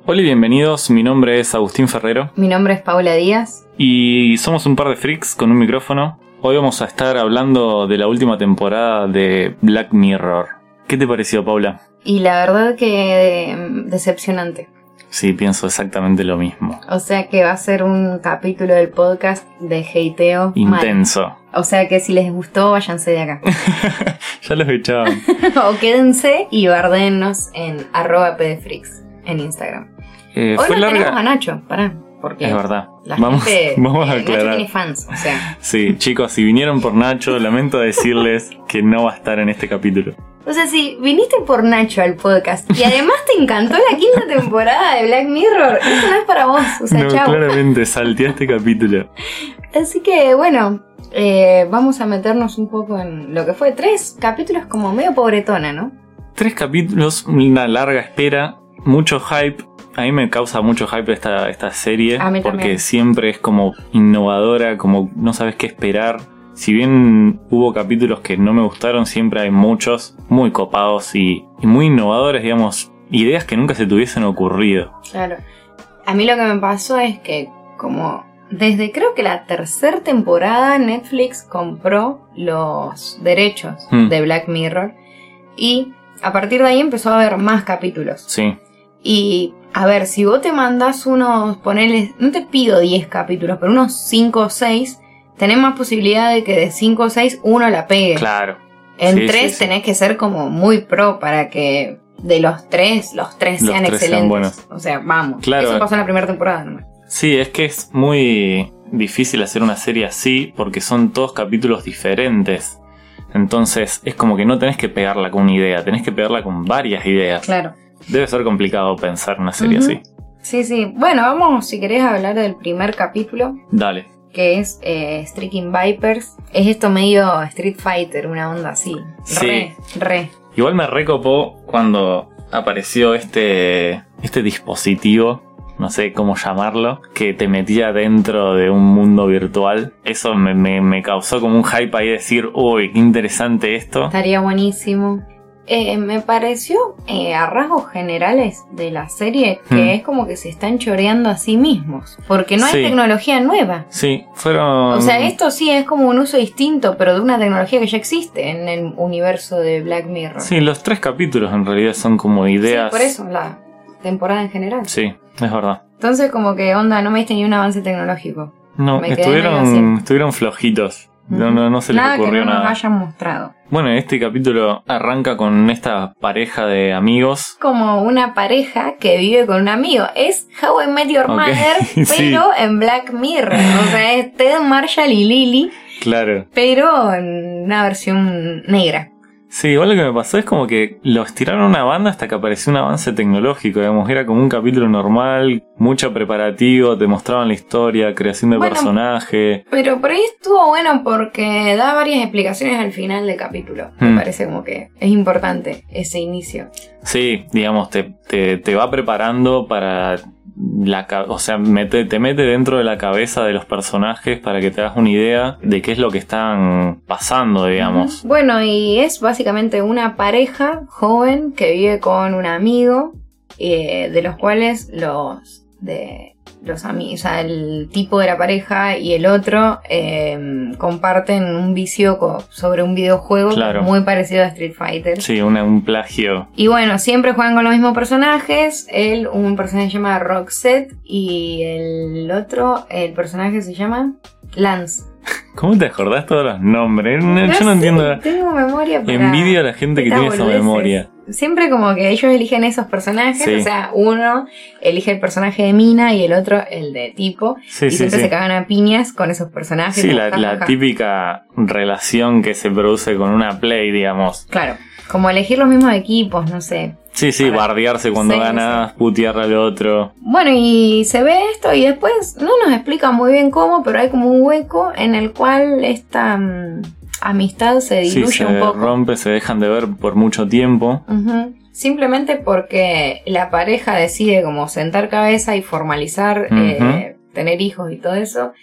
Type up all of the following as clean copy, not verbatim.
Hola y bienvenidos, mi nombre es Agustín Ferrero. Mi nombre es Paula Díaz. Y somos un par de freaks con un micrófono. Hoy vamos a estar hablando de la última temporada de Black Mirror. ¿Qué te pareció, Paula? Y la verdad que decepcionante. Sí, pienso exactamente lo mismo. O sea que va a ser un capítulo del podcast de hateo intenso. Mal. O sea que si les gustó, váyanse de acá. Ya los echaban. O quédense y bardéennos en @pdfreaks en Instagram. Hoy fue no larga. tenemos a Nacho, pará. Porque es verdad. La vamos a aclarar. Nacho tiene fans, o sea. Sí, chicos, si vinieron por Nacho, lamento decirles que no va a estar en este capítulo. O sea, si viniste por Nacho al podcast y además te encantó la quinta temporada de Black Mirror, esto no es para vos, o sea, no, chau. Claramente, salteé este capítulo. Así que, bueno, vamos a meternos un poco en lo que fue 3 capítulos como medio pobretona, ¿no? 3 capítulos, una larga espera, mucho hype. A mí me causa mucho hype esta serie. A mí porque también. Siempre es como innovadora, como no sabes qué esperar. Si bien hubo capítulos que no me gustaron, siempre hay muchos muy copados y muy innovadores, digamos, ideas que nunca se te hubiesen ocurrido. Claro. A mí lo que me pasó es que como desde creo que la 3ª temporada Netflix compró los derechos de Black Mirror y a partir de ahí empezó a haber más capítulos. Sí. Y a ver, si vos te mandás ponele, no te pido 10 capítulos, pero unos 5 o 6, tenés más posibilidad de que de 5 o 6 uno la pegue. Claro. En 3 tenés que ser como muy pro para que de los 3 sean excelentes. Sean buenos. O sea, vamos. Claro. Eso pasó en la primera temporada nomás. Sí, es que es muy difícil hacer una serie así porque son todos capítulos diferentes. Entonces es como que no tenés que pegarla con una idea, tenés que pegarla con varias ideas. Claro. Debe ser complicado pensar una serie así. Sí, sí. Bueno, vamos, si querés, a hablar del primer capítulo. Dale. Que es Striking Vipers. Es esto medio Street Fighter, una onda así. Sí. Re. Igual me recopó cuando apareció este dispositivo, no sé cómo llamarlo, que te metía dentro de un mundo virtual. Eso me causó como un hype ahí, decir, uy, qué interesante esto. Estaría buenísimo. Me pareció a rasgos generales de la serie que es como que se están choreando a sí mismos, porque no hay tecnología nueva. Sí, fueron... O sea, esto sí es como un uso distinto, pero de una tecnología que ya existe en el universo de Black Mirror. Sí, los 3 capítulos en realidad son como ideas... Sí, por eso, la temporada en general. Sí, es verdad. Entonces como que onda, no me diste ni un avance tecnológico. No, estuvieron flojitos. No se les ocurrió nada. Que no nada. nos hayan mostrado. Bueno, este capítulo arranca con esta pareja de amigos. Como una pareja que vive con un amigo. Es How I Met Your Mother, pero en Black Mirror. O sea, es Ted, Marshall y Lily. Claro. Pero en una versión negra. Sí, igual lo que me pasó es como que lo estiraron una banda hasta que apareció un avance tecnológico, digamos, era como un capítulo normal, mucho preparativo, te mostraban la historia, creación de personaje. Pero por ahí estuvo bueno porque da varias explicaciones al final del capítulo. Me parece como que es importante ese inicio. Sí, digamos, te va preparando para... o sea, te mete dentro de la cabeza de los personajes para que te hagas una idea de qué es lo que están pasando, digamos. Bueno, y es básicamente una pareja joven que vive con un amigo, de los cuales los amigos, o sea, el tipo de la pareja y el otro comparten un vicio sobre un videojuego muy parecido a Street Fighter. Sí, un plagio. Y bueno, siempre juegan con los mismos personajes. Un personaje se llama Roxette y el otro, el personaje se llama Lance. ¿Cómo te acordás todos los nombres? Yo no entiendo. Tengo memoria para... Envidio a la gente que tiene esa memoria. Siempre como que ellos eligen esos personajes, o sea, uno elige el personaje de mina y el otro el de tipo, y siempre se cagan a piñas con esos personajes. Sí, la típica relación que se produce con una play, digamos. Claro, como elegir los mismos equipos, no sé. Sí, bardearse cuando ganas, putear al otro. Bueno, y se ve esto y después no nos explica muy bien cómo, pero hay como un hueco en el cual esta amistad se diluye un poco. Se rompe, se dejan de ver por mucho tiempo. Simplemente porque la pareja decide como sentar cabeza y formalizar, tener hijos y todo eso.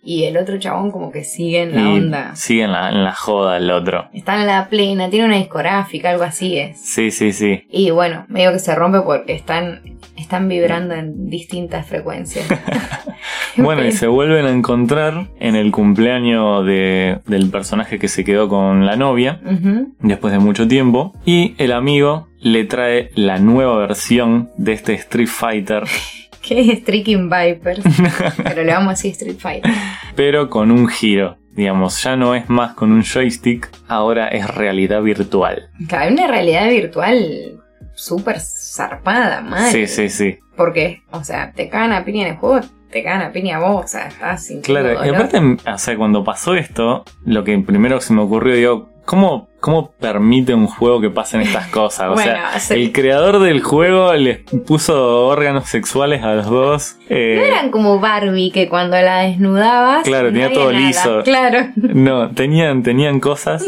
y el otro chabón como que sigue en la onda. Sigue en la joda el otro. Está en la plena, tiene una discográfica, algo así es. Sí. Y bueno, medio que se rompe porque están vibrando en distintas frecuencias. Bueno, y se vuelven a encontrar en el cumpleaños del personaje que se quedó con la novia, después de mucho tiempo, y el amigo le trae la nueva versión de este Street Fighter. ¿Qué es Striking Vipers? Pero le vamos a decir Street Fighter. Pero con un giro. Digamos, ya no es más con un joystick, ahora es realidad virtual. Hay una realidad virtual súper zarpada, madre. Sí. Porque, o sea, te cagan a piña en el juego, te cagan a piña vos, o sea, estás sin Claro, y aparte, o sea, cuando pasó esto, lo que primero se me ocurrió, digo, ¿cómo permite un juego que pasen estas cosas? O bueno, sea, el creador del juego les puso órganos sexuales a los dos. No eran como Barbie, que cuando la desnudabas... Claro, tenía todo nada. liso. Claro. No, tenían cosas.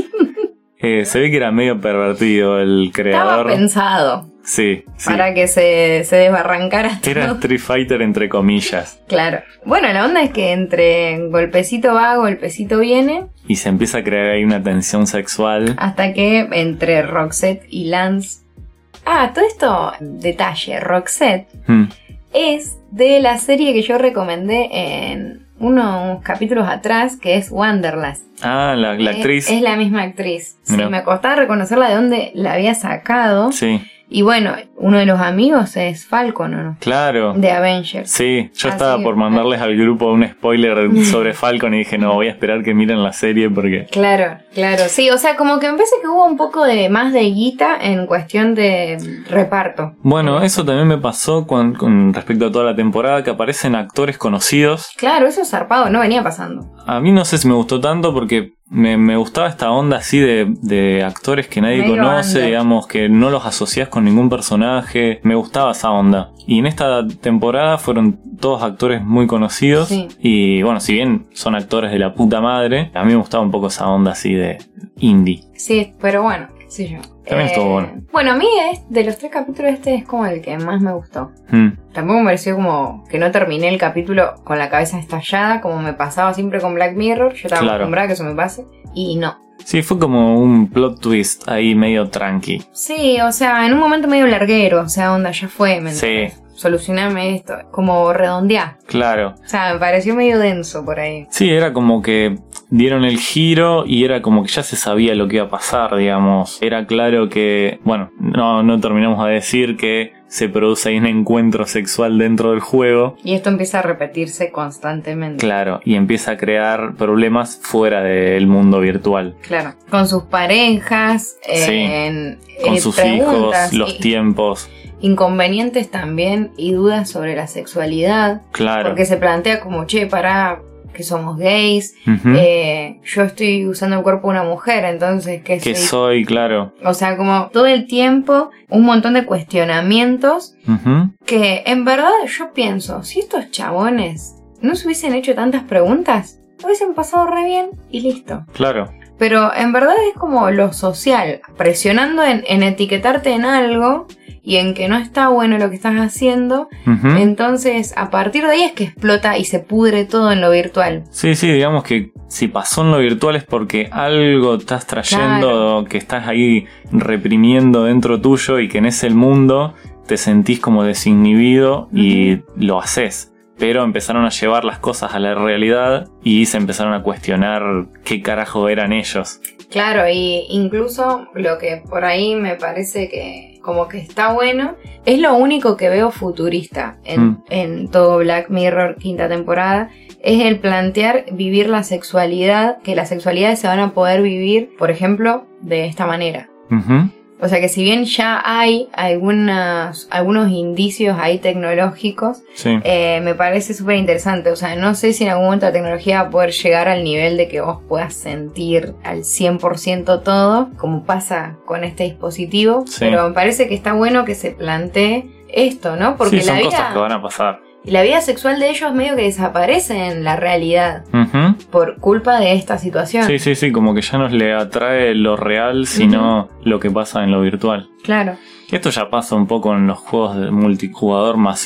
Se ve que era medio pervertido el creador. Estaba pensado. Sí. Para que se desbarrancara todo. Era Street Fighter entre comillas. Claro. Bueno, la onda es que entre golpecito va, golpecito viene. Y se empieza a crear ahí una tensión sexual. Hasta que entre Roxette y Lance... todo esto, detalle, Roxette es de la serie que yo recomendé en unos capítulos atrás, que es Wanderlust. La actriz. Es la misma actriz. Mirá. Sí, me costaba reconocerla de dónde la había sacado. Sí. Y bueno, uno de los amigos es Falcon, ¿o no? Claro. De Avengers. Sí, yo Así estaba por mandarles al grupo un spoiler sobre Falcon y dije, no, voy a esperar que miren la serie porque... Claro. Sí, o sea, como que me parece que hubo un poco de más de guita en cuestión de reparto. Bueno, eso también me pasó con respecto a toda la temporada, que aparecen actores conocidos. Claro, eso es zarpado, no venía pasando. A mí no sé si me gustó tanto porque me gustaba esta onda así de actores que nadie medio conoce, under. digamos, que no los asociás con ningún personaje. Me gustaba esa onda. Y en esta temporada fueron todos actores muy conocidos. Sí. Y bueno, si bien son actores de la puta madre, a mí me gustaba un poco esa onda así de indie. Sí, pero bueno, qué sé yo. También estuvo bueno. Bueno, a mí de los 3 capítulos este es como el que más me gustó. Tampoco me pareció como que no terminé el capítulo con la cabeza estallada, como me pasaba siempre con Black Mirror. Yo estaba acostumbrada a que eso me pase. Y no. Sí, fue como un plot twist ahí medio tranqui. Sí, o sea, en un momento medio larguero. O sea, onda, ya fue, ¿me entiendes? Sí. Solucioname esto. Como redondear. Claro. O sea, me pareció medio denso por ahí. Sí, era como que dieron el giro y era como que ya se sabía lo que iba a pasar, digamos. Era claro que, bueno, no terminamos de decir que se produce ahí un encuentro sexual dentro del juego. Y esto empieza a repetirse constantemente. Claro, y empieza a crear problemas fuera del mundo virtual. Claro, con sus parejas, con sus hijos, los tiempos. Inconvenientes también y dudas sobre la sexualidad. Claro. Porque se plantea como, pará, que somos gays, yo estoy usando el cuerpo de una mujer, entonces, ¿qué soy? Claro. O sea, como todo el tiempo, un montón de cuestionamientos que, en verdad, yo pienso, si estos chabones no se hubiesen hecho tantas preguntas, hubiesen pasado re bien y listo. Claro. Pero en verdad es como lo social, presionando en etiquetarte en algo y en que no está bueno lo que estás haciendo. Entonces, a partir de ahí es que explota y se pudre todo en lo virtual. Sí, digamos que si pasó en lo virtual es porque algo estás trayendo, que estás ahí reprimiendo dentro tuyo y que en ese mundo te sentís como desinhibido y lo haces. Pero empezaron a llevar las cosas a la realidad y se empezaron a cuestionar qué carajo eran ellos. Claro, y incluso lo que por ahí me parece que como que está bueno, es lo único que veo futurista en todo Black Mirror quinta temporada, es el plantear vivir la sexualidad, que las sexualidades se van a poder vivir, por ejemplo, de esta manera. O sea que si bien ya hay algunos indicios ahí tecnológicos, me parece súper interesante. O sea, no sé si en algún momento la tecnología va a poder llegar al nivel de que vos puedas sentir al 100% todo, como pasa con este dispositivo. Pero me parece que está bueno que se plantee esto, ¿no? Porque son cosas que van a pasar. La vida sexual de ellos medio que desaparece en la realidad por culpa de esta situación. Sí, como que ya no le atrae lo real, sino lo que pasa en lo virtual. Claro. Esto ya pasa un poco en los juegos de multijugador masivos,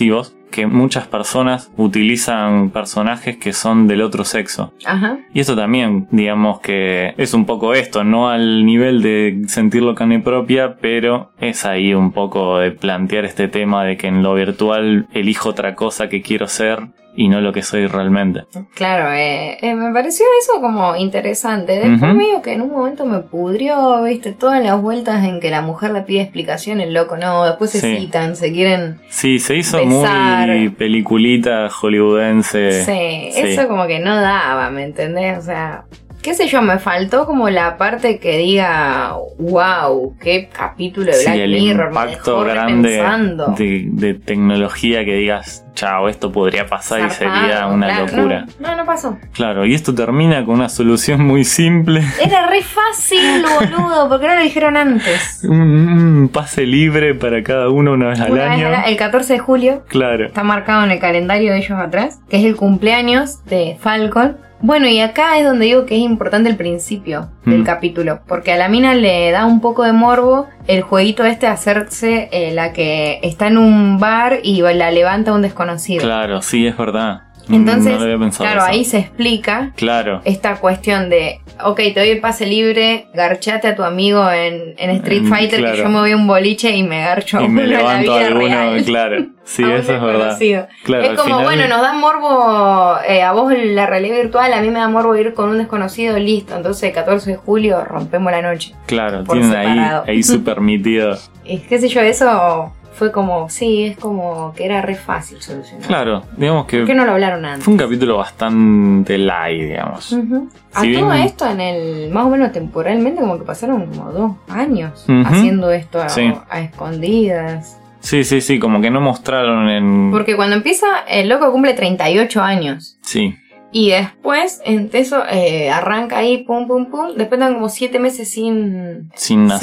que muchas personas utilizan personajes que son del otro sexo. Ajá. Y eso también, digamos que es un poco esto, no al nivel de sentirlo carne propia, pero es ahí un poco de plantear este tema de que en lo virtual elijo otra cosa que quiero ser y no lo que soy realmente. Claro, me pareció eso como interesante. Después medio que en un momento me pudrió, viste, todas las vueltas en que la mujer le pide explicación, el loco no, después se citan, se quieren Sí, se hizo besar. muy peliculita hollywoodense. Sí, eso como que no daba, ¿me entendés? O sea, qué sé yo, me faltó como la parte que diga, wow, qué capítulo de Black Mirror, el impacto grande de tecnología que digas, chao, esto podría pasar zarpado, y sería una claro, locura. No pasó. Claro, y esto termina con una solución muy simple. Era re fácil, boludo, porque no lo dijeron antes. Un pase libre para cada uno una vez al año. El 14 de julio. Claro. Está marcado en el calendario de ellos atrás, que es el cumpleaños de Falcon. Bueno, y acá es donde digo que es importante el principio del capítulo, porque a la mina le da un poco de morbo el jueguito de hacerse la que está en un bar y la levanta un desconocido. Claro, sí, es verdad. Entonces, no lo había pensado claro, eso. ahí se explica esta cuestión de, ok, te doy el pase libre, garchate a tu amigo en Street Fighter, claro. que yo me voy a un boliche y me garcho y me levanto en la vida alguno, real. claro. Sí, eso es verdad. Claro, es como, final, bueno, nos da morbo a vos la realidad virtual, a mí me da morbo ir con un desconocido, listo. Entonces, el 14 de julio rompemos la noche. Claro, por tienen separado. ahí su permitido. Qué sé yo, eso fue como, sí, es como que era re fácil solucionar. Claro, digamos que ¿Por qué no lo hablaron antes? fue un capítulo bastante light, digamos. A Si todo bien, esto, en el más o menos temporalmente, como que pasaron como 2 años Ujú. haciendo esto Sí. a escondidas. Sí, como que no mostraron en... Porque cuando empieza, el loco cumple 38 años. Sí, Y después, en eso, arranca ahí, pum. Después dan como 7 meses sin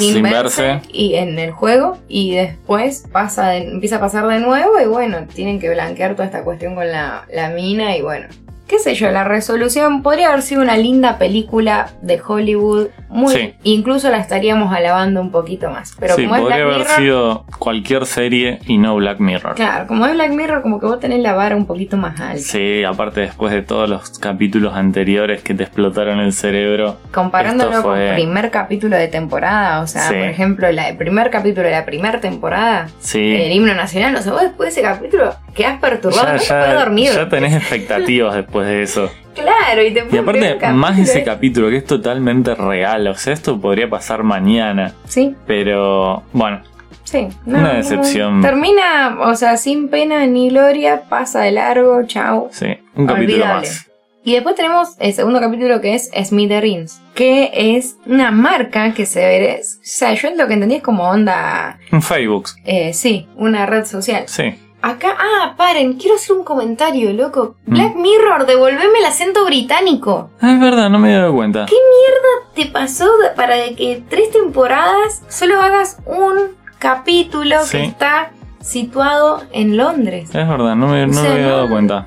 verse. y en el juego. Y después empieza a pasar de nuevo. Y bueno, tienen que blanquear toda esta cuestión con la mina. Y bueno, qué sé yo, la resolución podría haber sido una linda película de Hollywood. Sí. Incluso la estaríamos alabando un poquito más. Pero Sí, como es podría Black haber Mirror, sido cualquier serie y no Black Mirror. claro, como es Black Mirror, como que vos tenés la vara un poquito más alta. Sí, aparte después de todos los capítulos anteriores que te explotaron el cerebro. Comparándolo esto con fue... el primer capítulo de temporada, o sea, Sí. por ejemplo, el primer capítulo de la primera temporada, Sí. el himno nacional, o sea, vos después de ese capítulo quedás perturbado, no te podés dormir. Ya tenés expectativas después de eso. Claro, y te Y aparte, ponen más ese capítulo que es totalmente real. O sea, esto podría pasar mañana. Sí, Pero, bueno, sí. Una decepción. Termina, o sea, sin pena ni gloria, pasa de largo, chau. sí, un capítulo Olvidable. más. Y después tenemos el segundo capítulo que es Smithereens, que es una marca que se ve, o sea, yo lo que entendí es como onda, Un Facebook. sí, una red social. Sí. Acá, paren, quiero hacer un comentario, loco. Black Mirror, devolveme el acento británico. Ah, es verdad, no me había dado cuenta. ¿Qué te pasó para que 3 temporadas solo hagas un capítulo Sí. que está situado en Londres? Es verdad, no me O sea, había dado cuenta.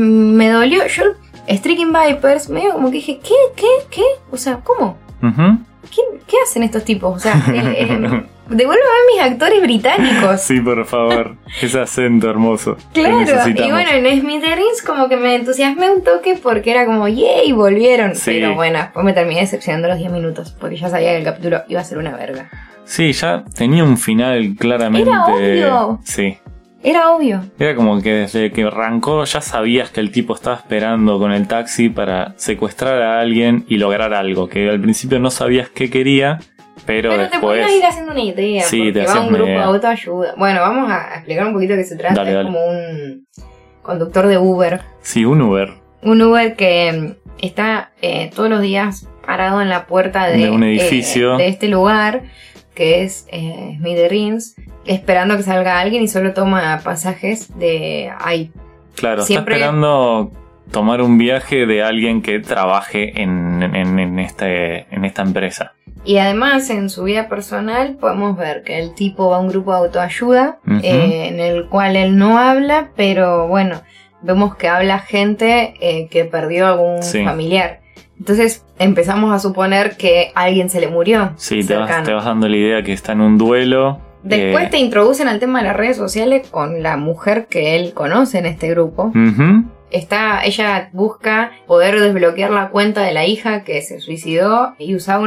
Me dolió. Yo, Striking Vipers, medio como que dije, ¿qué? O sea, ¿cómo? Ujú. ¿Qué hacen estos tipos? O sea, devuélveme a mis actores británicos. Sí, por favor. Ese acento hermoso. que Claro, necesitamos. y bueno, en Smithereens como que me entusiasmé un toque porque era como, ¡yay! Volvieron. Sí. Pero bueno, después me terminé decepcionando los 10 minutos porque ya sabía que el capítulo iba a ser una verga. Sí, ya tenía un final claramente. Era obvio. Sí. Era obvio. Era como que desde que arrancó ya sabías que el tipo estaba esperando con el taxi para secuestrar a alguien y lograr algo. Que al principio no sabías qué quería, pero Te después... podías ir haciendo una idea. Sí, porque te va hacías un una grupo de idea. autoayuda. Bueno, vamos a explicar un poquito de qué se trata. Dale, es dale. como un conductor de Uber. Sí, un Uber. Un Uber que está todos los días parado en la puerta De un edificio. de este lugar, que es Smithereens, esperando que salga alguien y solo toma pasajes de ahí. Claro, Siempre- está esperando tomar un viaje de alguien que trabaje en esta empresa. Y además en su vida personal podemos ver que el tipo va a un grupo de autoayuda Ujú. en el cual él no habla, pero bueno, vemos que habla gente que perdió algún Sí. familiar. Entonces empezamos a suponer que alguien se le murió. Sí, te cercano. vas dando la idea que está en un duelo Después te introducen al tema de las redes sociales con la mujer que él conoce en este grupo. Ella busca poder desbloquear la cuenta de la hija que se suicidó y usaba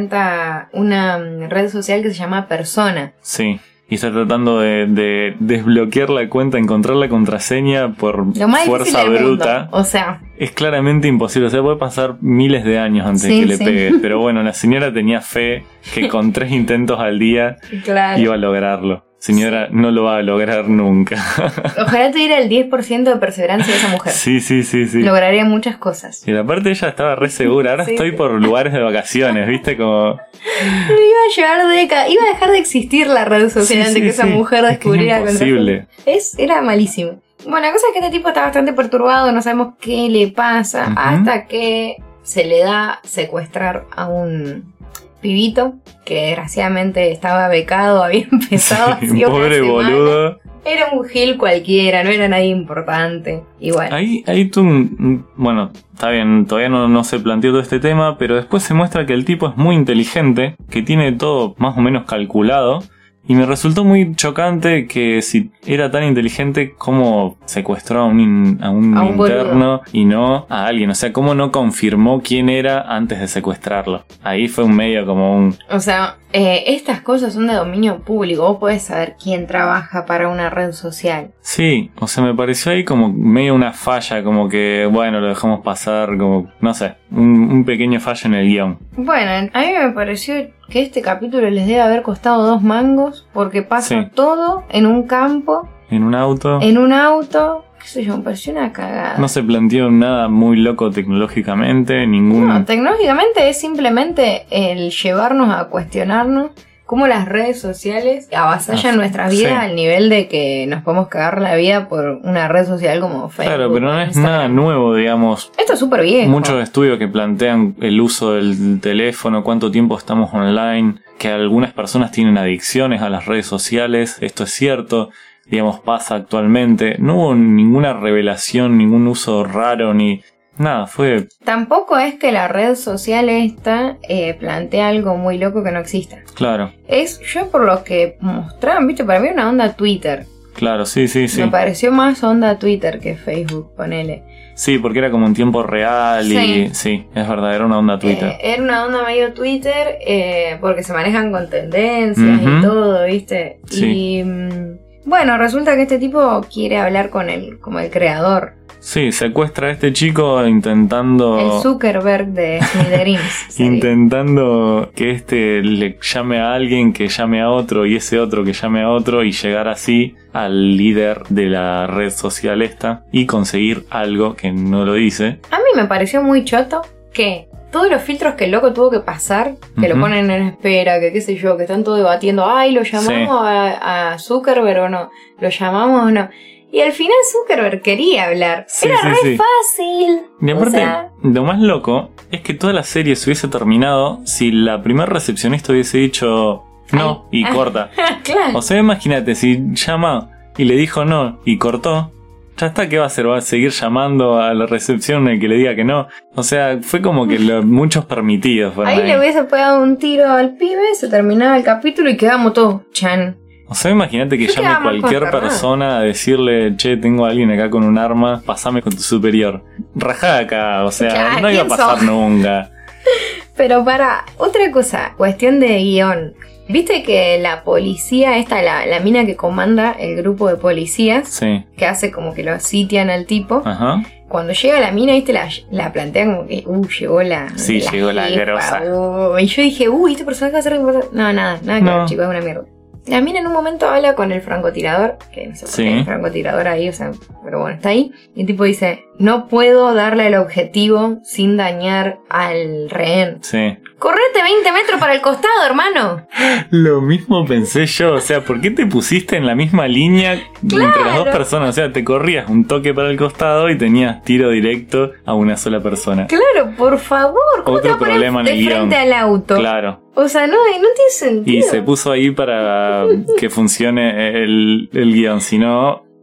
una red social que se llama Persona. Sí. Y está tratando de desbloquear la cuenta, encontrar la contraseña por fuerza bruta. O sea, es claramente imposible. O sea, puede pasar miles de años antes que le pegue. Pero bueno, la señora tenía fe que con 3 intentos al día iba a lograrlo. Señora, no lo va a lograr nunca. Ojalá tuviera el 10% de perseverancia de esa mujer. Sí. Lograría muchas cosas. Y aparte ella estaba re segura. Ahora estoy por lugares de vacaciones, ¿viste? Como... Iba a dejar de existir la red social antes que esa mujer descubriera la contraseña. Era malísimo. Bueno, la cosa es que este tipo está bastante perturbado, no sabemos qué le pasa, hasta que se le da secuestrar a un pibito que desgraciadamente estaba becado, había empezado así pobre boludo. Era un gil cualquiera, no era nadie importante. Y bueno. Ahí tú... Bueno, está bien, todavía no se planteó todo este tema, pero después se muestra que el tipo es muy inteligente, que tiene todo más o menos calculado. Y me resultó muy chocante que si era tan inteligente, ¿cómo secuestró a un interno boludo y no a alguien? O sea, ¿cómo no confirmó quién era antes de secuestrarlo? Ahí fue un medio como un... O sea, estas cosas son de dominio público. Vos podés saber quién trabaja para una red social. Sí, o sea, me pareció ahí como medio una falla, como que, bueno, lo dejamos pasar, como, no sé, un pequeño fallo en el guión. Bueno, a mí me pareció que este capítulo les debe haber costado 2 mangos, porque pasa todo en un campo. En un auto. Qué sé yo, me pareció una cagada. No se planteó nada muy loco tecnológicamente, No, tecnológicamente es simplemente el llevarnos a cuestionarnos cómo las redes sociales avasallan nuestras vidas al nivel de que nos podemos cagar la vida por una red social como Facebook. Claro, pero no es nada nuevo, digamos. Esto es súper viejo. Muchos estudios que plantean el uso del teléfono, cuánto tiempo estamos online, que algunas personas tienen adicciones a las redes sociales. Esto es cierto, digamos, pasa actualmente. No hubo ninguna revelación, ningún uso raro, ni... Nada, fue... Tampoco es que la red social esta plantea algo muy loco que no exista. Claro. Yo por lo que mostraban, viste, para mí una onda Twitter. Claro, sí. Me pareció más onda Twitter que Facebook, ponele. Sí, porque era como en tiempo real y... Sí, es verdad, era una onda Twitter. Era una onda medio Twitter porque se manejan con tendencias y todo, viste. Sí. Y bueno, resulta que este tipo quiere hablar con como el creador. Sí, secuestra a este chico intentando... El Zuckerberg de Smithereens. Intentando que le llame a alguien, que llame a otro, y ese otro que llame a otro, y llegar así al líder de la red social esta, y conseguir algo que no lo dice. A mí me pareció muy choto que todos los filtros que el loco tuvo que pasar, que lo ponen en espera, que qué sé yo, que están todos debatiendo, ay, ¿lo llamamos a Zuckerberg o no? ¿Lo llamamos o no? Y al final Zuckerberg quería hablar. Era re fácil. Y aparte, lo más loco es que toda la serie se hubiese terminado si la primer recepcionista hubiese dicho no y corta. Claro. O sea, imagínate, si llama y le dijo no y cortó, ya está, ¿qué va a hacer? ¿Va a seguir llamando a la recepción el que le diga que no? O sea, fue como que muchos permitidos. Ahí le hubiese pegado un tiro al pibe, se terminaba el capítulo y quedamos todos chan. O sea, imagínate que llame cualquier persona a decirle, che, tengo a alguien acá con un arma, pasame con tu superior. Rajá acá, o sea, claro, no iba a pasar nunca. Pero para, otra cosa, cuestión de guión. ¿Viste que la policía esta, la mina que comanda el grupo de policías, que hace como que lo sitian al tipo? Ajá. Cuando llega la mina, ¿viste? La plantea como que, llegó la... Sí, llegó la grosa. Y yo dije, este personaje va a ser... No, nada que ver, chicos, es una mierda. La mina en un momento habla con el francotirador, que no sé por qué hay un francotirador ahí, o sea, pero bueno, está ahí. Y el tipo dice, no puedo darle el objetivo sin dañar al rehén. Sí. ¡Correte 20 metros para el costado, hermano! Lo mismo pensé yo, o sea, ¿por qué te pusiste en la misma línea entre las dos personas? O sea, te corrías un toque para el costado y tenías tiro directo a una sola persona. Claro, por favor, ¿cómo otro te problema en el guión? Frente al auto? Claro. O sea, no tiene sentido. Y se puso ahí para que funcione el guión, si no...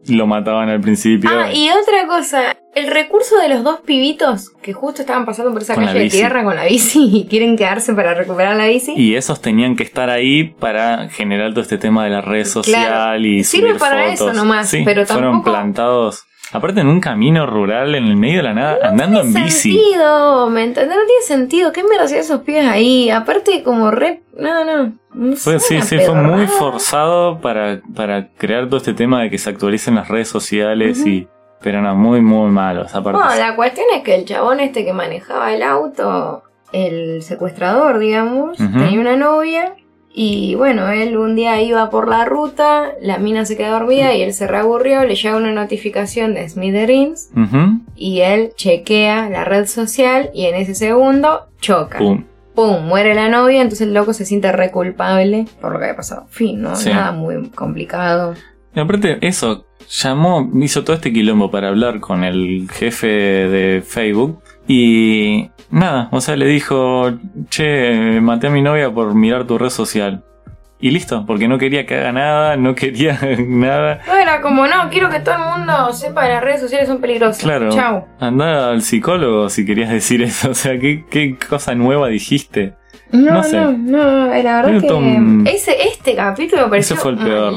lo mataban al principio. Y otra cosa, el recurso de los 2 pibitos que justo estaban pasando por esa Con calle la de bici. tierra con la bici y quieren quedarse para recuperar la bici. Y esos tenían que estar ahí para generar todo este tema de la red social Claro, y sirve subir para fotos. eso nomás, Sí, pero fueron tampoco... plantados, aparte en un camino rural en el medio de la nada, No andando en tiene bici. sentido, ¿me entendés? No tiene sentido. ¿Qué me hacían esos pibes ahí? Aparte como re... No Fue, sé, una fue pedorrada. muy forzado para crear todo este tema de que se actualicen las redes sociales pero no, muy malos. Aparte, Bueno, la cuestión es que el chabón este que manejaba el auto, el secuestrador, digamos, tenía una novia. Y bueno, él un día iba por la ruta, la mina se quedó dormida y él se reaburrió, le llega una notificación de Smithereens y él chequea la red social y en ese segundo choca. ¡Pum! Muere la novia, entonces el loco se siente re culpable por lo que había pasado. Fin, ¿no? Sí. Nada muy complicado. Y aparte, eso, hizo todo este quilombo para hablar con el jefe de Facebook. Y nada, o sea, le dijo, che, maté a mi novia por mirar tu red social. Y listo, porque no quería que haga nada, no quería nada. No era como, no, quiero que todo el mundo sepa que las redes sociales son peligrosas. Claro, Chau. andá al psicólogo si querías decir eso. O sea, ¿qué cosa nueva dijiste? No, No sé. la verdad Era que todo este capítulo me pareció fue el peor.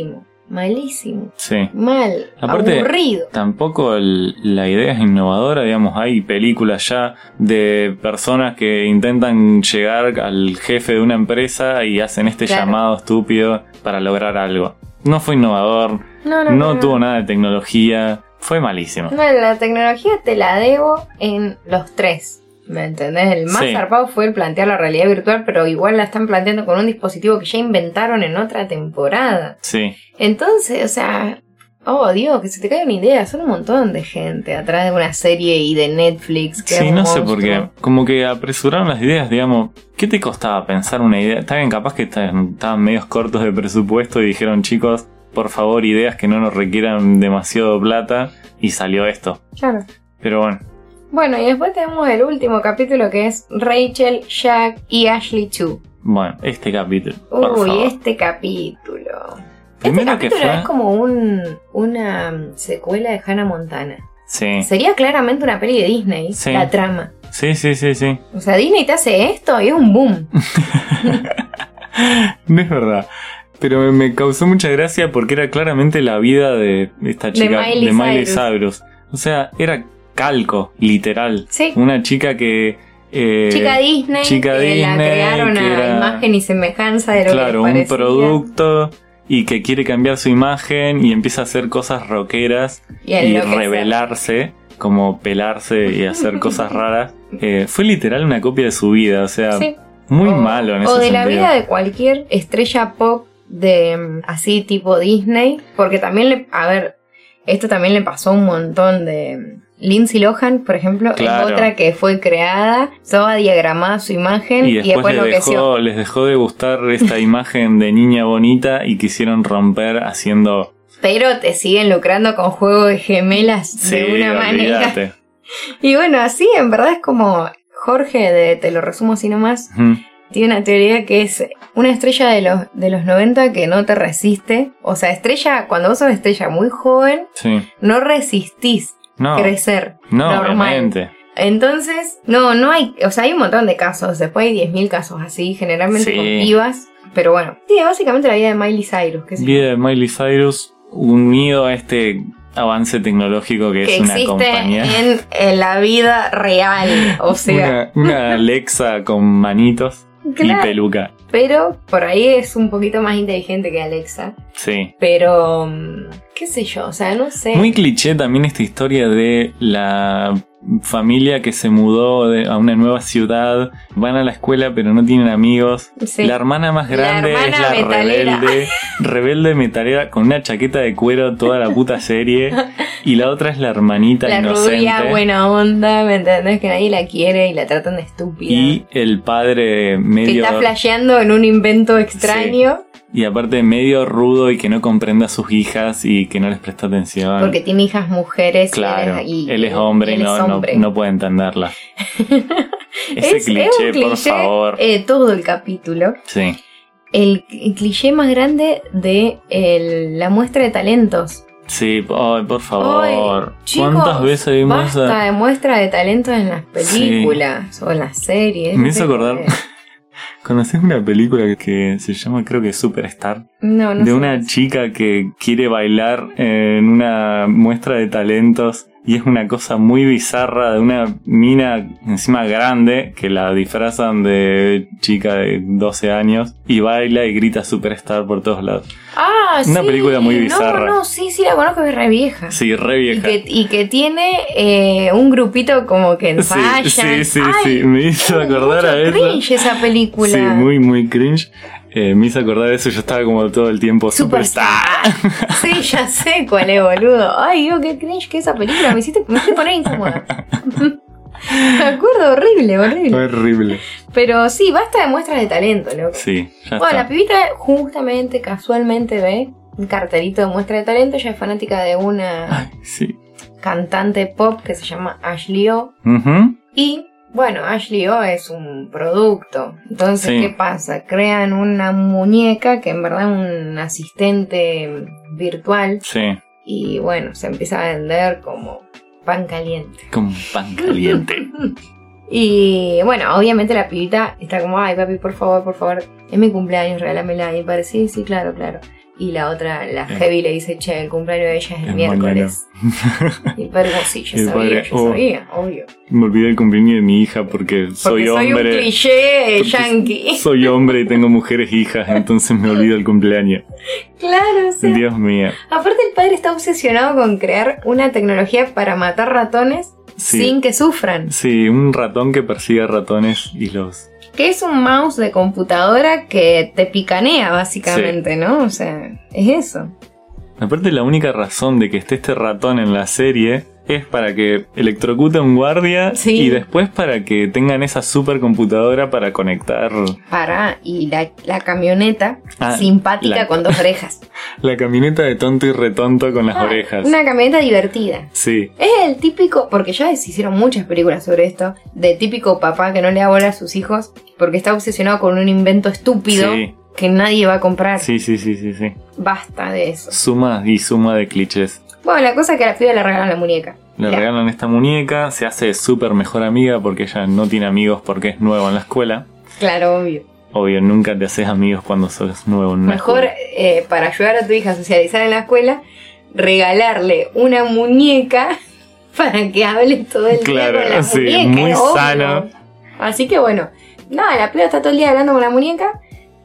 malísimo, Sí. mal, Aparte, aburrido. tampoco la idea es innovadora, digamos, hay películas ya de personas que intentan llegar al jefe de una empresa y hacen este Claro. llamado estúpido para lograr algo. No fue innovador, no tuvo nada de tecnología, fue malísimo. No, la tecnología te la debo en los 3. ¿Me entendés? El más Sí. zarpado fue el plantear la realidad virtual, pero igual la están planteando con un dispositivo que ya inventaron en otra temporada. Sí, Entonces, o sea, oh Dios, que se te cae una idea. Son un montón de gente atrás de una serie y de Netflix. Que es sí, un no sé monstruo. por qué. Como que apresuraron las ideas, digamos. ¿Qué te costaba pensar una idea? Está bien, capaz que estaban medios cortos de presupuesto y dijeron, chicos, por favor, ideas que no nos requieran demasiado plata. Y salió esto. Claro. Pero bueno. Bueno, y después tenemos el último capítulo que es Rachel, Jack y Ashley 2. Bueno, este capítulo. Por Uy, favor. este capítulo. Primero Este que capítulo fue. es como una secuela de Hannah Montana. Sí. Sería claramente una peli de Disney, Sí. la trama. Sí. O sea, Disney te hace esto y es un boom. No es verdad. Pero me causó mucha gracia porque era claramente la vida de esta chica, de Miley Cyrus. O sea, era calco, literal. Sí. Una chica que... Chica Disney, chica que Disney, la crearon que a era- imagen y semejanza de lo Claro, que un les parecía. producto y que quiere cambiar su imagen y empieza a hacer cosas rockeras Y y enloquecer. rebelarse, como pelarse y hacer cosas raras. Fue literal una copia de su vida, o sea, Sí. muy malo en ese O de la sentido. vida de cualquier estrella pop de así tipo Disney. Porque también esto también le pasó a un montón de... Lindsay Lohan, por ejemplo, Claro. es otra que fue creada, toda diagramada su imagen Y y después enloqueció. les dejó de gustar esta imagen de niña bonita y quisieron romper haciendo... Pero te siguen lucrando con juego de gemelas Sí, de una manera. olvídate. Y bueno, así en verdad es como Jorge, te lo resumo así nomás, Ujú. tiene una teoría que es una estrella de los 90 que no te resiste. O sea, cuando vos sos estrella muy joven, Sí. no resistís No, crecer no, normal. obviamente. Entonces, no hay, o sea, hay un montón de casos, después hay 10.000 casos así, generalmente Sí. con pibas, pero bueno, sí, básicamente la vida de Miley Cyrus, que Vida de Miley Cyrus unido a este avance tecnológico que es una existe compañía. en la vida real, o sea, Una Alexa con manitos Claro. y peluca. pero por ahí es un poquito más inteligente que Alexa, Sí. pero qué sé yo, o sea, no sé. Muy cliché también esta historia de la familia que se mudó a una nueva ciudad, van a la escuela pero no tienen amigos. Sí. La hermana más La grande hermana es la metalera. rebelde metalera con una chaqueta de cuero toda la puta serie. Y la otra es la hermanita La inocente. rubia buena onda, ¿me entendés? Que nadie la quiere y la tratan de estúpida. Y el padre que medio... está flasheando en un invento extraño. Y aparte medio rudo y que no comprende a sus hijas y que no les presta atención. Porque tiene hijas mujeres. Claro, y él es hombre y él es no, hombre. no puede entenderla. Ese es cliché, un cliché, por favor. todo el capítulo. Sí, El cliché más grande de la muestra de talentos. Sí, ay, por favor. Ay, chicos, ¿Cuántas veces vimos basta de muestra de talento en las películas o en las series? Me hizo acordar. ¿Conoces una película que se llama, creo que Superstar? No de sé. una chica que quiere bailar en una muestra de talentos y es una cosa muy bizarra de una mina encima grande que la disfrazan de chica de 12 años y baila y grita Superstar por todos lados. Ah, Una sí. película muy bizarra. No, sí, la conozco, es re vieja. Sí, re vieja. Y que tiene un grupito como que ensayan. Sí, me hizo acordar a eso. Cringe esa película. Sí, muy cringe. Me hizo acordar de eso, yo estaba como todo el tiempo Superstar. Sí, ya sé cuál es, boludo. Ay, Dios, qué cringe que esa película. Me hiciste poner incómoda. Me acuerdo, horrible. Pero sí, basta de muestras de talento, loco. Sí, ya bueno, está. la pibita justamente, casualmente ve un cartelito de muestra de talento. Ella es fanática de una Ay, sí. cantante pop que se llama Ashley O. Ujú. Y bueno, Ashley O es un producto. Entonces, Sí. ¿qué pasa? Crean una muñeca que en verdad es un asistente virtual. Sí, Y bueno, se empieza a vender como pan caliente. como pan caliente. Y bueno, obviamente la pibita está como, ay papi, por favor, es mi cumpleaños, regálamela. Y me parece, sí, claro. Y la otra, la heavy, le dice, che, el cumpleaños de ella es el Es miércoles. Y el padre como, sí, yo El padre, sabía, obvio. Me olvidé el cumpleaños de mi hija porque soy Porque soy hombre. un cliché Porque yankee. Soy hombre y tengo mujeres e hijas, entonces me olvido el cumpleaños. Claro, o sea, Dios mío. aparte el padre está obsesionado con crear una tecnología para matar ratones Sí. sin que sufran. Sí, un ratón que persigue ratones y los... Que es un mouse de computadora que te picanea básicamente, ¿no? O sea, es eso. Aparte, la única razón de que esté este ratón en la serie es para que electrocute a un guardia Sí. y después para que tengan esa supercomputadora para conectar Y la camioneta Ah, simpática con 2 orejas. la camioneta de tonto y retonto con las orejas. Una camioneta divertida. Sí, Es el típico, porque ya se hicieron muchas películas sobre esto, de típico papá que no le da bola a sus hijos porque está obsesionado con un invento estúpido Sí. que nadie va a comprar. sí. Basta de eso. Suma y suma de clichés. Bueno, la cosa es que a la piba le regalan la muñeca. Le Mirá. regalan esta muñeca, se hace súper mejor amiga porque ella no tiene amigos porque es nueva en la escuela. Claro, obvio. Obvio, nunca te haces amigos cuando sos nuevo en una Mejor, escuela. para ayudar a tu hija a socializar en la escuela, regalarle una muñeca para que hable todo el Claro, día con la sí, muñeca. muy obvio. sano. Así que bueno, nada, la piba está todo el día hablando con la muñeca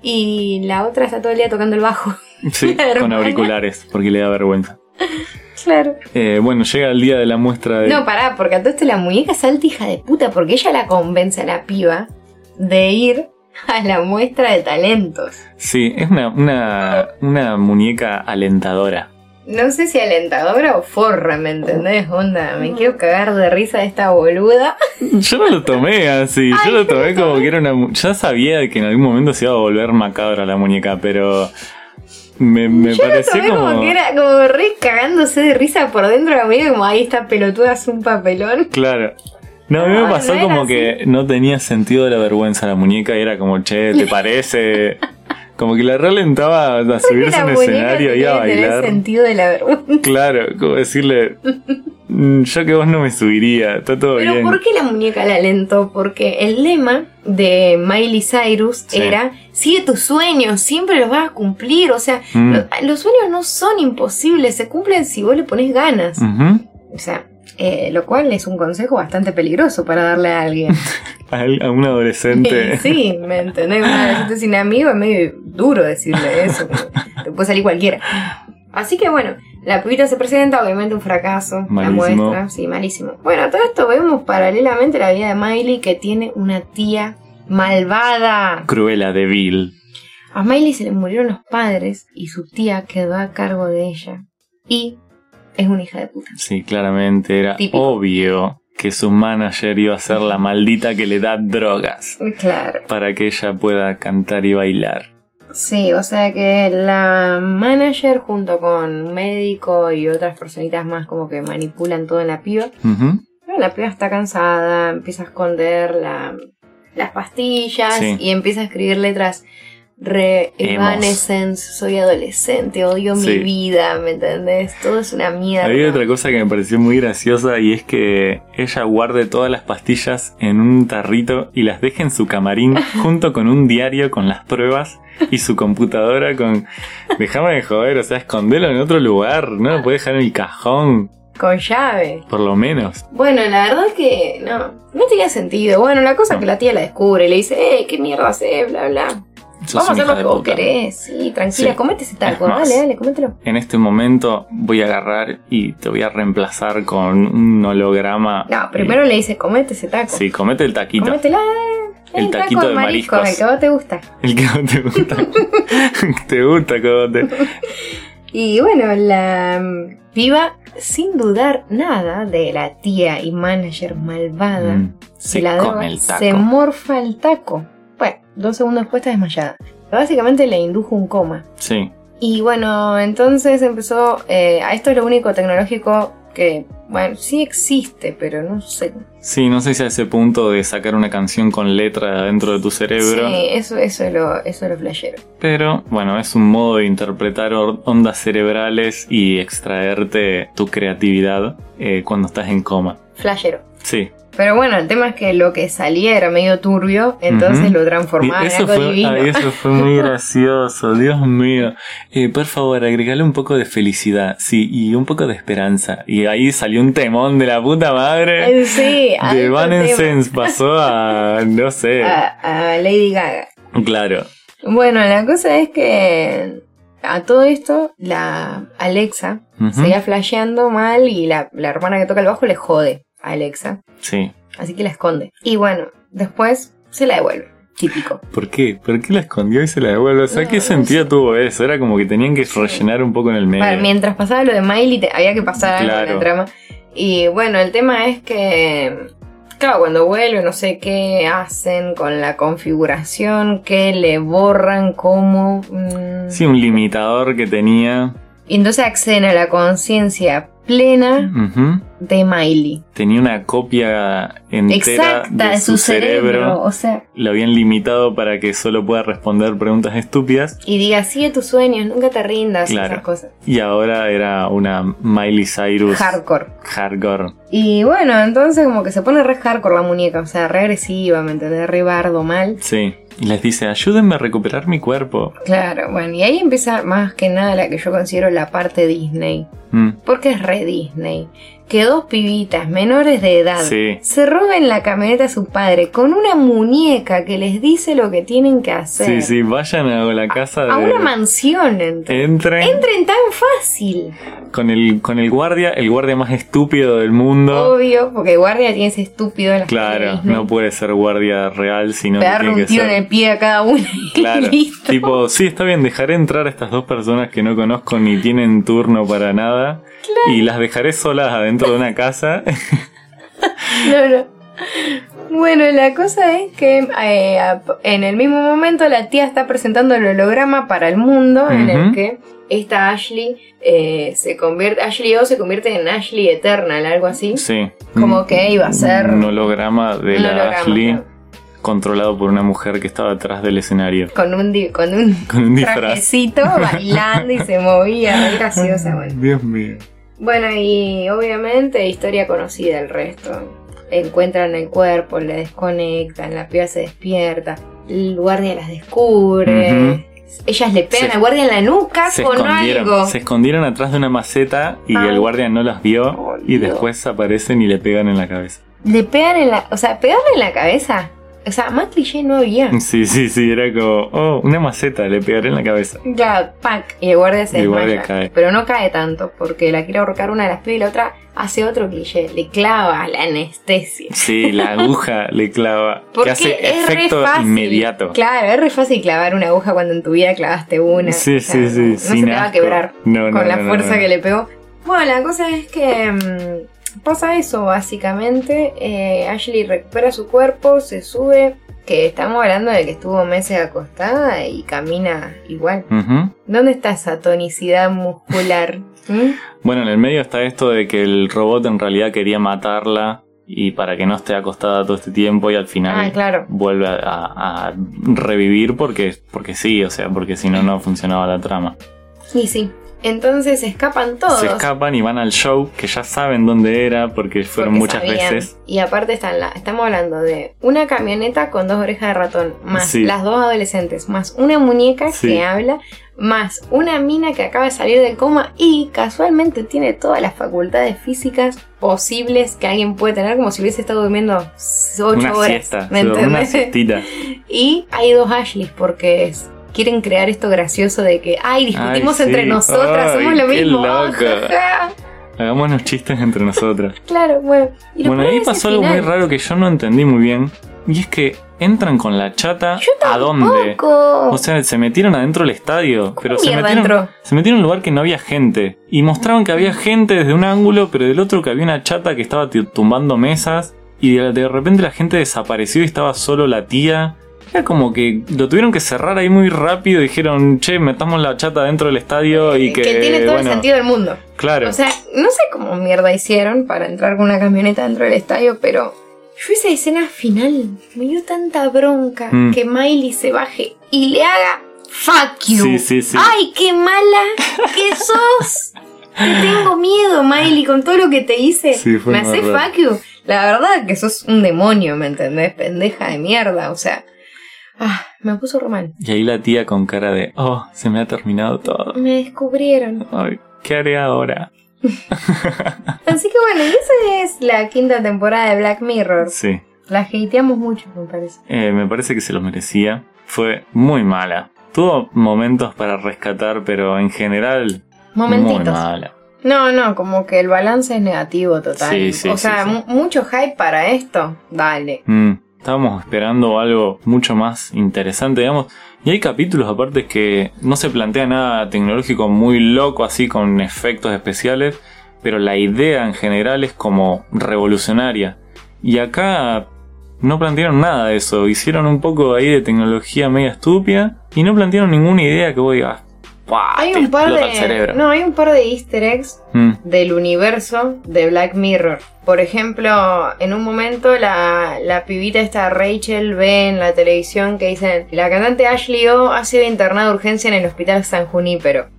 y la otra está todo el día tocando el bajo. Sí, la con hermana. auriculares, porque le da vergüenza. Claro. Bueno, llega el día de la muestra de... No, pará, porque a todo esto la muñeca salta hija de puta porque ella la convence a la piba de ir a la muestra de talentos. Sí, es una muñeca alentadora. No sé si alentadora o forra, ¿me entendés? Onda, me quiero cagar de risa de esta boluda. Yo no lo tomé así, yo lo tomé como que era una... Ya sabía que en algún momento se iba a volver macabra la muñeca, pero... Me Yo lo pareció tomé como que era como re cagándose de risa por dentro de la muñeca, como ahí esta pelotuda es un papelón. Claro. No, a mí me No, pasó no era como así. que no tenía sentido de la vergüenza la muñeca y era como, che, ¿te parece? Como que la ralentaba a subirse La en muñeca escenario y a tiene que tener bailar. sentido de la vergüenza. Claro, como decirle, yo que vos no me subiría, está todo Pero bien. ¿por qué la muñeca la alentó? Porque el lema de Miley Cyrus Sí. era, sigue tus sueños, siempre los vas a cumplir. O sea, los sueños no son imposibles, se cumplen si vos le pones ganas. Ujú. O sea, lo cual es un consejo bastante peligroso para darle a alguien. A un adolescente. Sí, ¿me entendés? Una adolescente sin amigos es medio duro decirle eso. Te puede salir cualquiera. Así que bueno, la pibita se presenta, obviamente un fracaso. Malísimo. La muestra, sí, malísimo. Bueno, a todo esto vemos paralelamente la vida de Miley, que tiene una tía malvada. Cruella de Vil. A Miley se le murieron los padres y su tía quedó a cargo de ella. Y es una hija de puta. Sí, claramente era Típico. obvio que su manager iba a ser la maldita que le da drogas Claro. para que ella pueda cantar y bailar. Sí, o sea que la manager junto con un médico y otras personitas más como que manipulan todo en la piba. Ujú. Bueno, la piba está cansada, empieza a esconder las pastillas Sí. y empieza a escribir letras re Emos. Evanescence, soy adolescente, odio mi Sí. vida, ¿me entendés? Todo es una mierda. Había otra cosa que me pareció muy graciosa y es que ella guarde todas las pastillas en un tarrito y las deje en su camarín junto con un diario con las pruebas y su computadora con... Déjame de joder, o sea, escondelo en otro lugar, no lo puedes dejar en el cajón, Con llave. por lo menos. Bueno, la verdad es que no tenía sentido. Bueno, la cosa es que la tía la descubre y le dice, ¿qué mierda haces? Bla, bla. Sos Vamos a una hacer lo hija que de vos puta. querés. Sí, tranquila, Sí. comete ese taco. Es más, Dale, cómetelo. En este momento voy a agarrar y te voy a reemplazar con un holograma. No, primero le dice, comete ese taco. Sí, comete el taquito. Cómetela. El taco taquito de mariscos. el que a vos te gusta. El que no te gusta. Te gusta, cogote. Y bueno, la piba, sin dudar nada de la tía y manager malvada, Se la come droga, el taco. se morfa el taco. Bueno, 2 segundos después está desmayada. Básicamente le indujo un coma. Sí. Y bueno, entonces empezó... a esto es lo único tecnológico que, bueno, sí existe, pero no sé. Sí, no sé si a ese punto de sacar una canción con letra dentro de tu cerebro. Sí, eso es lo flashero. Pero, bueno, es un modo de interpretar ondas cerebrales y extraerte tu creatividad cuando estás en coma. Flashero. Sí. Pero bueno, el tema es que lo que salía era medio turbio, entonces lo transformaba en algo divino. Eso fue muy gracioso, Dios mío. Por favor, agregale un poco de felicidad, sí, y un poco de esperanza. Y ahí salió un temón de la puta madre. Sí, De alto Evanescence pasó a, no sé. tema. A Lady Gaga. Claro. Bueno, la cosa es que a todo esto, la Alexa Ujú. seguía flasheando mal y la hermana que toca el bajo le jode a Alexa. Sí. Así que la esconde. Y bueno, después se la devuelve. Típico. ¿Por qué? ¿Por qué la escondió y se la devuelve? O sea, No, ¿qué no sentido sé. tuvo eso? Era como que tenían que rellenar un poco en el medio. Bueno, mientras pasaba lo de Miley, había que pasar algo en Claro. la trama. Y bueno, el tema es que, claro, cuando vuelve, no sé qué hacen con la configuración, que le borran como... Sí, un limitador que tenía. Y entonces acceden a la conciencia plena Ujú. de Miley. Tenía una copia entera Exacta de su cerebro. O sea, Lo habían limitado para que solo pueda responder preguntas estúpidas. y diga, sigue tus sueños, nunca te rindas, Claro. esas cosas. Y ahora era una Miley Cyrus Hardcore. hardcore. Y bueno, entonces como que se pone re hardcore la muñeca, o sea, re agresiva, ¿me entendés? Re bardo, mal. Sí. Y les dice, ayúdenme a recuperar mi cuerpo. Claro, bueno, y ahí empieza más que nada la que yo considero la parte Disney. Porque es re Disney. Que 2 pibitas menores de edad Sí. se roben la camioneta a su padre con una muñeca que les dice lo que tienen que hacer. Sí, sí, vayan a la casa de... A una mansión. Entren Entren tan fácil. con el guardia, el guardia más estúpido del mundo. Obvio, porque el guardia tiene ese estúpido en la Claro, no puede ser guardia real, sino que pegarle tiene un que tiro ser... en el pie a cada uno. y Claro, listo. tipo, sí, está bien, dejaré entrar a estas 2 personas que no conozco ni tienen turno para nada. Y las dejaré solas adentro de una casa. No. Bueno, la cosa es que en el mismo momento la tía está presentando el holograma para el mundo en el Ujú. que esta Ashley Ashley O se convierte en Ashley Eternal, algo así. Sí. Como que iba a ser un holograma de un la holograma, Ashley claro. controlado por una mujer que estaba atrás del escenario. con un Con un disfraz. trajecito bailando y se movía, re graciosa, bueno. Dios mío. Bueno, y obviamente historia conocida el resto. Encuentran el cuerpo, le desconectan, la piba se despierta, el guardia las descubre. Ujú. Ellas le pegan Se- al guardia en la nuca Se con algo. escondieron atrás de una maceta y Ay. el guardia no las vio Oh, y Dios. después aparecen y le pegan en la cabeza. Le pegan en la... O sea, pegarle en la cabeza. O sea, más cliché no había. Sí, era como, oh, una maceta, le pegaré en la cabeza. Ya, pack. Y el guardia se Y el desmaya. guardia cae. Pero no cae tanto, porque la quiere ahorcar una de las pibas y la otra hace otro cliché. Le clava la anestesia. Sí, la aguja le clava, Porque que hace es re efecto fácil. inmediato. Claro, es re fácil clavar una aguja cuando en tu vida clavaste una. Sí, O sea, sí, no sin se te va a asco. quebrar No, con la no, fuerza no. que le pegó. Bueno, la cosa es que pasa eso, básicamente. Ashley recupera su cuerpo, se sube. Que estamos hablando de que estuvo meses acostada y camina igual. Ujú. ¿Dónde está esa tonicidad muscular? ¿Mm? Bueno, en el medio está esto de que el robot en realidad quería matarla y para que no esté acostada todo este tiempo y al final claro. vuelve a revivir porque sí, o sea, porque si no, no funcionaba la trama. Y sí. Entonces escapan todos. Se escapan y van al show, que ya saben dónde era porque fueron muchas veces. Y aparte estamos hablando de una camioneta con 2 orejas de ratón, más Sí. las 2 adolescentes, más una muñeca Sí. que habla, más una mina que acaba de salir del coma y casualmente tiene todas las facultades físicas posibles que alguien puede tener, como si hubiese estado durmiendo 8 Una horas. siesta, ¿Me una entendés? siestita. Y hay 2 Ashleys porque quieren crear esto gracioso de que, discutimos Ay, sí. entre nosotras, Ay, somos lo qué mismo. loca. Hagámonos chistes entre nosotras. Claro, bueno. Y lo Bueno, peor ahí es pasó el algo muy final. raro que yo no entendí muy bien. Y es que entran con la chata. Yo ¿A dónde? tampoco. O sea, se metieron adentro del estadio. Pero se mierda metieron entró? en un lugar que no había gente. Y mostraban que había gente desde un ángulo, pero del otro que había una chata que estaba tumbando mesas. Y de repente la gente desapareció y estaba solo la tía. Era como que lo tuvieron que cerrar ahí muy rápido. Dijeron, che, metamos la chata dentro del estadio y que tiene todo el sentido del mundo. Claro. O sea, no sé cómo mierda hicieron para entrar con una camioneta dentro del estadio, pero yo esa escena final me dio tanta bronca que Miley se baje y le haga fuck you. Sí, sí, sí. ¡Ay, qué mala que sos! Te tengo miedo, Miley, con todo lo que te hice. Sí, fue me muy haces raro. fuck you. La verdad que sos un demonio, ¿me entendés? Pendeja de mierda, o sea. Me puso re mal. Y ahí la tía con cara de, oh, se me ha terminado todo. Me descubrieron. Ay, ¿qué haré ahora? Así que bueno, y esa es la 5ª temporada de Black Mirror. Sí. La hateamos mucho, me parece. Me parece que se lo merecía. Fue muy mala. Tuvo momentos para rescatar, pero en general, Momentitos. muy mala. No, como que el balance es negativo total. Sí, sí, o sea, sí, sí. Mucho hype para esto. Dale. Estábamos esperando algo mucho más interesante, digamos. Y hay capítulos aparte que no se plantea nada tecnológico muy loco, así con efectos especiales, pero la idea en general es como revolucionaria. Y acá no plantearon nada de eso. Hicieron un poco ahí de tecnología media estúpida y no plantearon ninguna idea que vos digas, ¡pah! Hay Te un par explota el cerebro. de. No, hay un par de easter eggs del universo de Black Mirror. Por ejemplo, en un momento la pibita esta Rachel ve en la televisión que dicen: la cantante Ashley O ha sido internada de urgencia en el hospital San Junípero.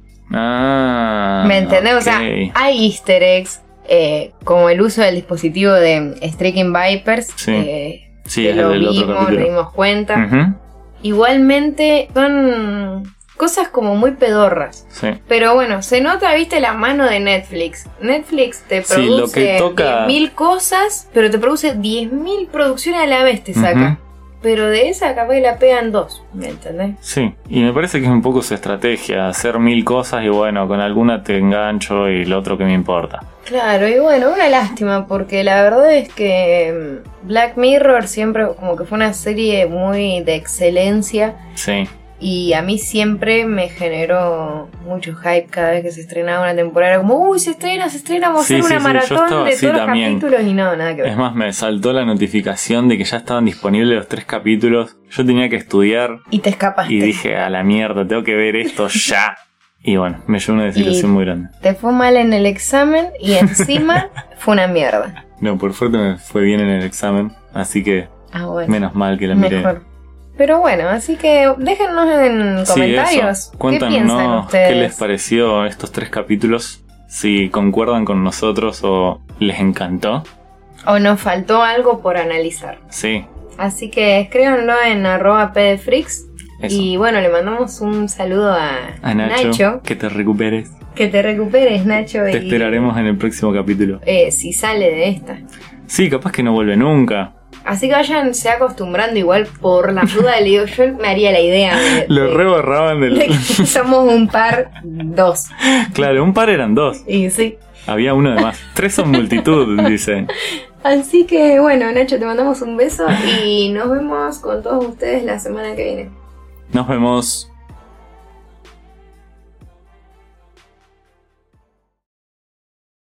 ¿Me entendés? Ok. O sea, hay easter eggs como el uso del dispositivo de Striking Vipers. Sí. Sí, que es lo el del otro vimos, capítulo. nos dimos cuenta. Ujú. Igualmente son cosas como muy pedorras. Sí. Pero bueno, se nota, viste, la mano de Netflix. Netflix te Sí, lo produce que toca- 10.000 cosas, pero te produce 10.000 producciones a la vez te saca. Ujú. Pero de esa capaz que la pegan 2, ¿me entendés? Sí, y me parece que es un poco su estrategia, hacer 1000 cosas y bueno, con alguna te engancho y lo otro que me importa. Claro, y bueno, una lástima, porque la verdad es que Black Mirror siempre como que fue una serie muy de excelencia. Sí, Y a mí siempre me generó mucho hype cada vez que se estrenaba una temporada. Como, uy, se estrena, vamos a Sí, hacer una sí, sí, yo maratón estaba de así todos también. los capítulos y no, nada que ver. es más, me saltó la notificación de que ya estaban disponibles los 3 capítulos. Yo tenía que estudiar Y te escapaste. y dije, a la mierda, tengo que ver esto ya. Y bueno, me llevó una desilusión Y- muy grande. Te fue mal en el examen y encima fue una mierda. No, por suerte me fue bien en el examen, así que Ah, bueno. menos mal que la miré. Mejor. Pero bueno, así que déjennos en Sí, comentarios eso. qué piensan Cuéntanos ustedes. qué les pareció estos 3 capítulos. Si concuerdan con nosotros o les encantó. O nos faltó algo por analizar. Sí, Así que escríbanlo en @pdfreaks. eso. Y bueno, le mandamos un saludo a Nacho, que te recuperes. Que te recuperes, Nacho. Te esperaremos en el próximo capítulo. Si sale de esta. Sí, capaz que no vuelve nunca. Así que váyanse acostumbrando igual por la duda. Le digo, yo me haría la idea Lo reborraban de del... que somos un par 2. Claro, un par eran 2. Y sí. Había uno de más. 3 son multitud, dicen. Así que bueno, Nacho, te mandamos un beso y nos vemos con todos ustedes la semana que viene. Nos vemos.